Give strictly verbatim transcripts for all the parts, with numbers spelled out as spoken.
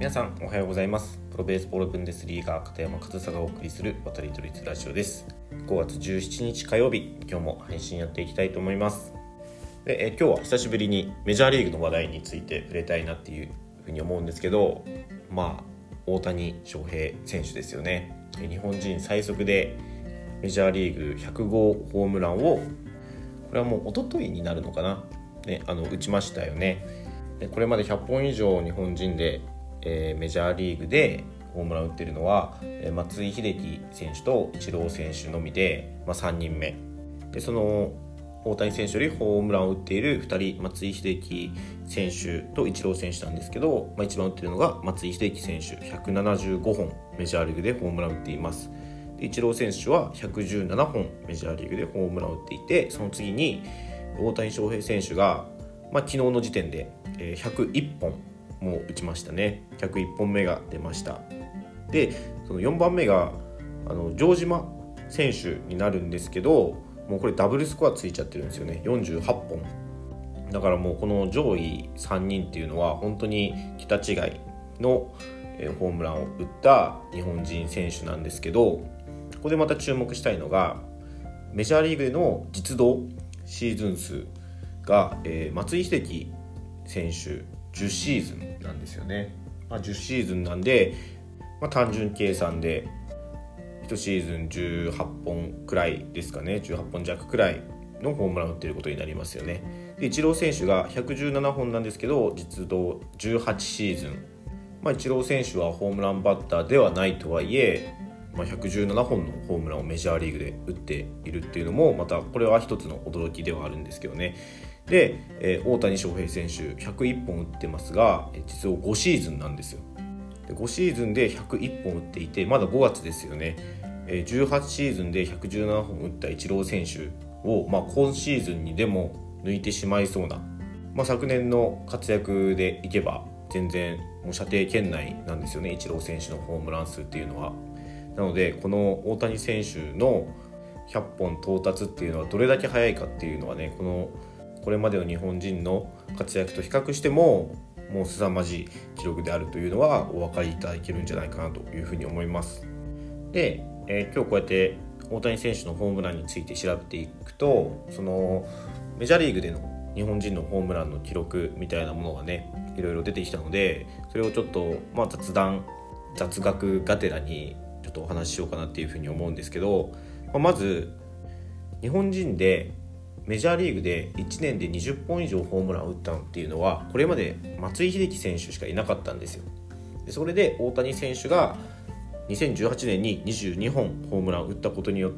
皆さんおはようございます。プロベースボールブンデスリーガー片山和沙がお送りする渡り鳥ラジオです。ごがつじゅうしちにち火曜日、今日も配信やっていきたいと思います。でえ今日は久しぶりにメジャーリーグの話題について触れたいなっていうふうに思うんですけど、まあ大谷翔平選手ですよね。日本人最速でメジャーリーグひゃくごうホームランを、これはもう一昨日になるのかな、ね、あの打ちましたよね。でこれまでひゃっぽん以上日本人で、えー、メジャーリーグでホームランを打っているのは、えー、松井秀喜選手とイチロー選手のみで、まあ、さんにんめで、その大谷選手よりホームランを打っているふたり、松井秀喜選手とイチロー選手なんですけど、まあ、一番打っているのが松井秀喜選手、ひゃくななじゅうごほんメジャーリーグでホームランを打っています。でイチロー選手はひゃくじゅうななほんメジャーリーグでホームランを打っていて、その次に大谷翔平選手が、まあ、昨日の時点でひゃくいっぽんも打ちましたね。ひゃくいっぽんめが出ました。でそのよんばんめがあの城島選手になるんですけど、もうこれダブルスコアついちゃってるんですよね。よんじゅうはっぽんだからもうこの上位さんにんっていうのは本当に桁違いのホームランを打った日本人選手なんですけど、ここでまた注目したいのがメジャーリーグでの実動シーズン数が、えー、松井秀喜選手じゅっシーズンなんですよね。まあ、じゅっシーズンなんで、まあ、単純計算でいちシーズンじゅうはっぽんくらいですかね、じゅうはっぽんじゃくくらいのホームランを打っていることになりますよね。でイチロー選手がひゃくじゅうななほんなんですけど、実動じゅうはちシーズン、まあ、イチロー選手はホームランバッターではないとはいえ、まあ、ひゃくじゅうななほんのホームランをメジャーリーグで打っているっていうのもまたこれは一つの驚きではあるんですけどね。で、えー、大谷翔平選手ひゃくいっぽん打ってますが、実はごシーズンなんですよ。でごシーズンでひゃくいっぽん打っていて、まだごがつですよね。えー、じゅうはちシーズンでひゃくじゅうななほん打ったイチロー選手を、まあ、今シーズンにでも抜いてしまいそうな、まあ、昨年の活躍でいけば全然もう射程圏内なんですよね、イチロー選手のホームラン数っていうのは。なのでこの大谷選手のひゃっぽん到達っていうのはどれだけ早いかっていうのはね、このこれまでの日本人の活躍と比較してももう凄まじい記録であるというのはお分かりいただけるんじゃないかなというふうに思います。で、えー、今日こうやって大谷選手のホームランについて調べていくと、そのメジャーリーグでの日本人のホームランの記録みたいなものがねいろいろ出てきたので、それをちょっと、まあ、雑談雑学がてらにちょっとお話ししようかなっていうふうに思うんですけど、まあ、まず日本人でメジャーリーグでいちねんでにじゅっぽん以上ホームランを打ったのっていうのはこれまで松井秀喜選手しかいなかったんですよ。でそれで大谷選手がにせんじゅうはちねんににじゅうにほんホームランを打ったことによって、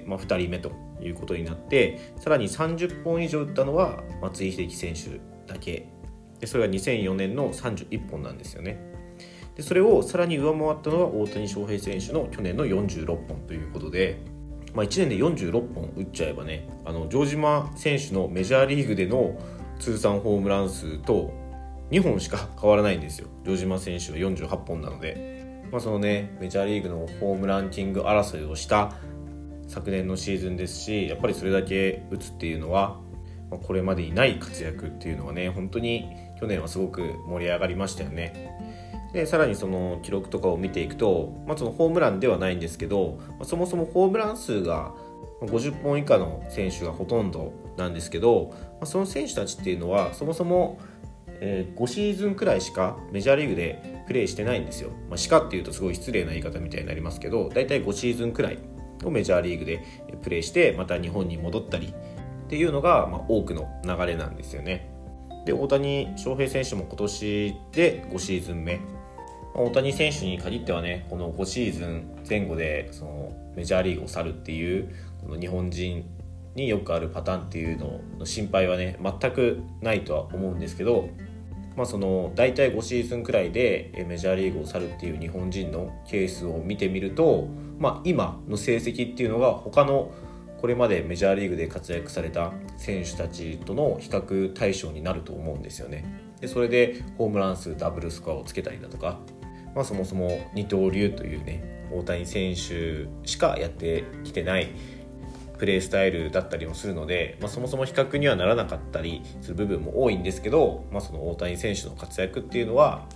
まあ、ふたりめということになって、さらにさんじゅっぽん以上打ったのは松井秀喜選手だけで、それがにせんよねんのさんじゅういっぽんなんですよね。でそれをさらに上回ったのが大谷翔平選手の去年のよんじゅうろっぽんということで、まあ、いちねんでよんじゅうろっぽん打っちゃえばね、あの城島選手のメジャーリーグでの通算ホームラン数とにほんしか変わらないんですよ。城島選手はよんじゅうはっぽんなので、まあ、そのねメジャーリーグのホームランキング争いをした昨年のシーズンですし、やっぱりそれだけ打つっていうのは、まあ、これまでにない活躍っていうのはね、本当に去年はすごく盛り上がりましたよね。でさらにその記録とかを見ていくと、まあ、そのホームランではないんですけど、まあ、そもそもホームラン数がごじゅっぽん以下の選手がほとんどなんですけど、まあ、その選手たちっていうのはそもそも、えー、ごシーズンくらいしかメジャーリーグでプレーしてないんですよ。まあ、しかっていうとすごい失礼な言い方みたいになりますけど、だいたいごシーズンくらいをメジャーリーグでプレーしてまた日本に戻ったりっていうのが、まあ、多くの流れなんですよね。で大谷翔平選手も今年でごシーズンめ、大谷選手に限ってはね、このごシーズンぜん後でそのメジャーリーグを去るっていうこの日本人によくあるパターンっていうのの心配はね全くないとは思うんですけど、まあ、その大体ごシーズンくらいでメジャーリーグを去るっていう日本人のケースを見てみると、まあ、今の成績っていうのが他のこれまでメジャーリーグで活躍された選手たちとの比較対象になると思うんですよね。でそれでホームラン数ダブルスコアをつけたりだとか、まあ、そもそも二刀流というね大谷選手しかやってきてないプレースタイルだったりもするので、まあ、そもそも比較にはならなかったりする部分も多いんですけど、まあ、その大谷選手の活躍っていうのは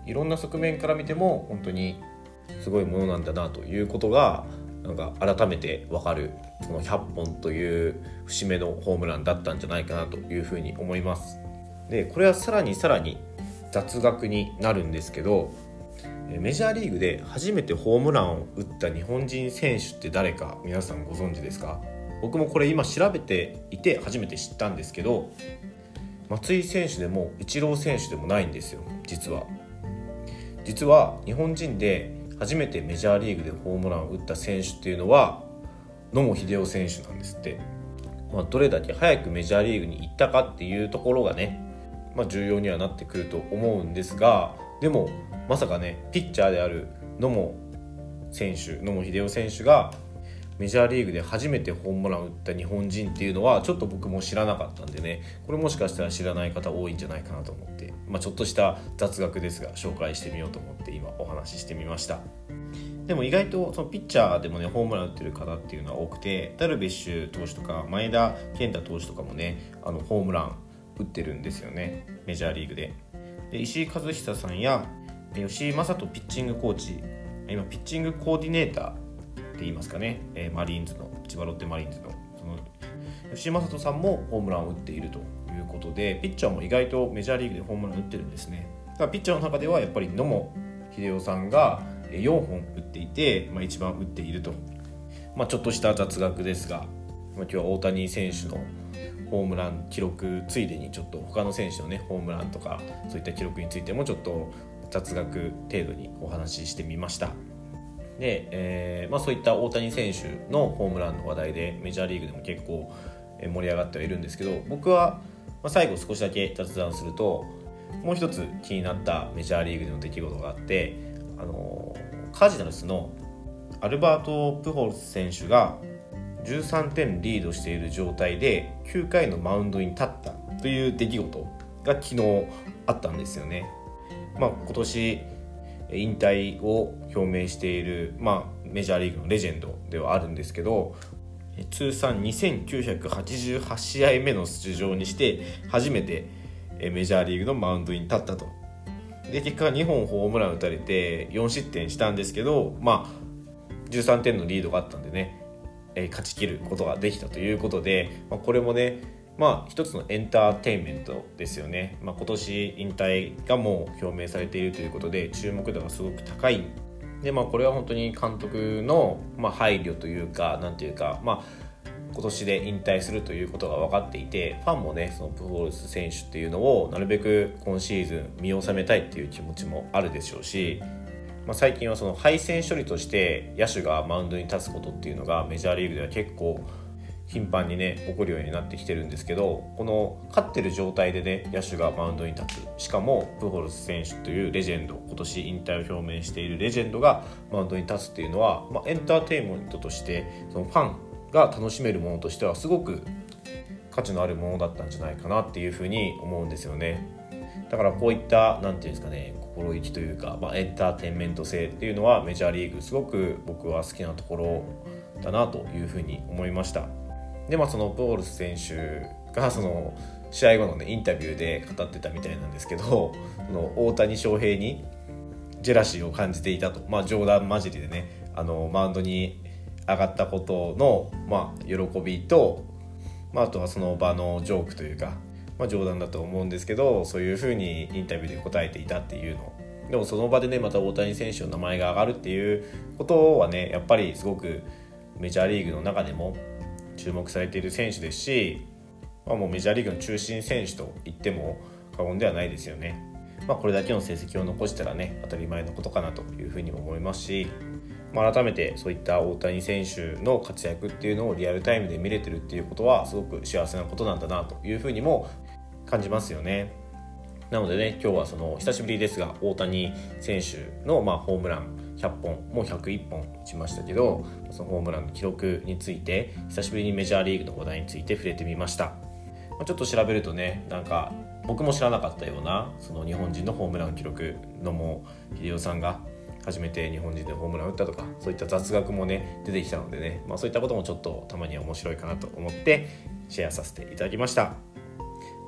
いろんな側面から見ても本当にすごいものなんだなということがなんか改めて分かるこのひゃっぽんという節目のホームランだったんじゃないかなというふうに思います。でこれはさらにさらに雑学になるんですけど、メジャーリーグで初めてホームランを打った日本人選手って誰か皆さんご存知ですか？僕もこれ今調べていて初めて知ったんですけど、松井選手でもイチロー選手でもないんですよ。実は実は日本人で初めてメジャーリーグでホームランを打った選手っていうのは野茂英雄選手なんですって。まあ、どれだけ早くメジャーリーグに行ったかっていうところがね、まあ、重要にはなってくると思うんですが、でもまさかねピッチャーである野茂選手野茂英雄選手がメジャーリーグで初めてホームランを打った日本人っていうのはちょっと僕も知らなかったんでね、これもしかしたら知らない方多いんじゃないかなと思って、まあ、ちょっとした雑学ですが紹介してみようと思って今お話ししてみました。でも意外とそのピッチャーでもねホームラン打ってる方っていうのは多くて、ダルビッシュ投手とか前田健太投手とかもねあのホームラン打ってるんですよね、メジャーリーグで。で石井一久さんや吉井正人ピッチングコーチ、今ピッチングコーディネーターって言いますかね、えー、マリーンズの千葉ロッテマリーンズのその吉井正人さんもホームランを打っているということで、ピッチャーも意外とメジャーリーグでホームラン打ってるんですね。だからピッチャーの中ではやっぱり野茂英雄さんがよんほん打っていて、まあ、一番打っていると、まあ、ちょっとした雑学ですが、まあ、今日は大谷選手のホームラン記録ついでにちょっと他の選手のねホームランとかそういった記録についてもちょっと雑学程度にお話ししてみました。で、えーまあ、そういった大谷選手のホームランの話題でメジャーリーグでも結構盛り上がってはいるんですけど、僕は最後少しだけ雑談するともう一つ気になったメジャーリーグでの出来事があって、あのカージナルスのアルバート・プホルス選手がじゅうさんてんリードしている状態できゅうかいのマウンドに立ったという出来事が昨日あったんですよね。まあ、今年引退を表明している、まあ、メジャーリーグのレジェンドではあるんですけど、通算にせんきゅうひゃくはちじゅうはちしあいめの出場にして初めてメジャーリーグのマウンドに立ったと。で結果にほんホームラン打たれてよんしってんしたんですけど、まあ、じゅうさんてんのリードがあったんでね、えー、勝ち切ることができたということで、まあ、これもね、まあ、一つのエンターテインメントですよね。まあ、今年引退がもう表明されているということで注目度がすごく高いで、まあ、これは本当に監督の、まあ、配慮というかなんていうか、まあ今年で引退するということが分かっていて、ファンもねそのプホルス選手っていうのをなるべく今シーズン見納めたいっていう気持ちもあるでしょうし、まあ、最近はその敗戦処理として野手がマウンドに立つことっていうのがメジャーリーグでは結構頻繁にね起こるようになってきてるんですけど、この勝ってる状態でね野手がマウンドに立つ、しかもプホルス選手というレジェンド、今年引退を表明しているレジェンドがマウンドに立つっていうのは、まあ、エンターテインメントとしてそのファンが楽しめるものとしてはすごく価値のあるものだったんじゃないかなっていうふうに思うんですよね。だからこういったなんていうんですかね、心意気というか、まあ、エンターテインメント性っていうのはメジャーリーグすごく僕は好きなところだなというふうに思いました。で、まあ、そのプホルス選手がその試合後の、ね、インタビューで語ってたみたいなんですけど、その大谷翔平にジェラシーを感じていたと、まあ、冗談交じりでねあのマウンドに上がったことの、まあ、喜びと、まあ、あとはその場のジョークというか、まあ、冗談だと思うんですけど、そういうふうにインタビューで答えていたっていうの。でもその場でねまた大谷選手の名前が上がるっていうことはねやっぱりすごくメジャーリーグの中でも注目されている選手ですし、まあ、もうメジャーリーグの中心選手と言っても過言ではないですよね。まあ、これだけの成績を残したらね当たり前のことかなというふうにも思いますし、まあ、改めてそういった大谷選手の活躍っていうのをリアルタイムで見れてるっていうことはすごく幸せなことなんだなというふうにも感じますよね。なのでね今日はその久しぶりですが大谷選手のまあホームランひゃっぽんもうひゃくいっぽん打ちましたけど、そのホームランの記録について久しぶりにメジャーリーグの話題について触れてみました。まあ、ちょっと調べるとねなんか僕も知らなかったようなその日本人のホームラン記録野茂英雄さんが初めて日本人でホームランを打ったとか、そういった雑学もね出てきたのでね、まあ、そういったこともちょっとたまには面白いかなと思ってシェアさせていただきました。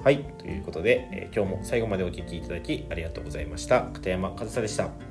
はい、ということで、えー、今日も最後までお聞きいただきありがとうございました。片山和沙でした。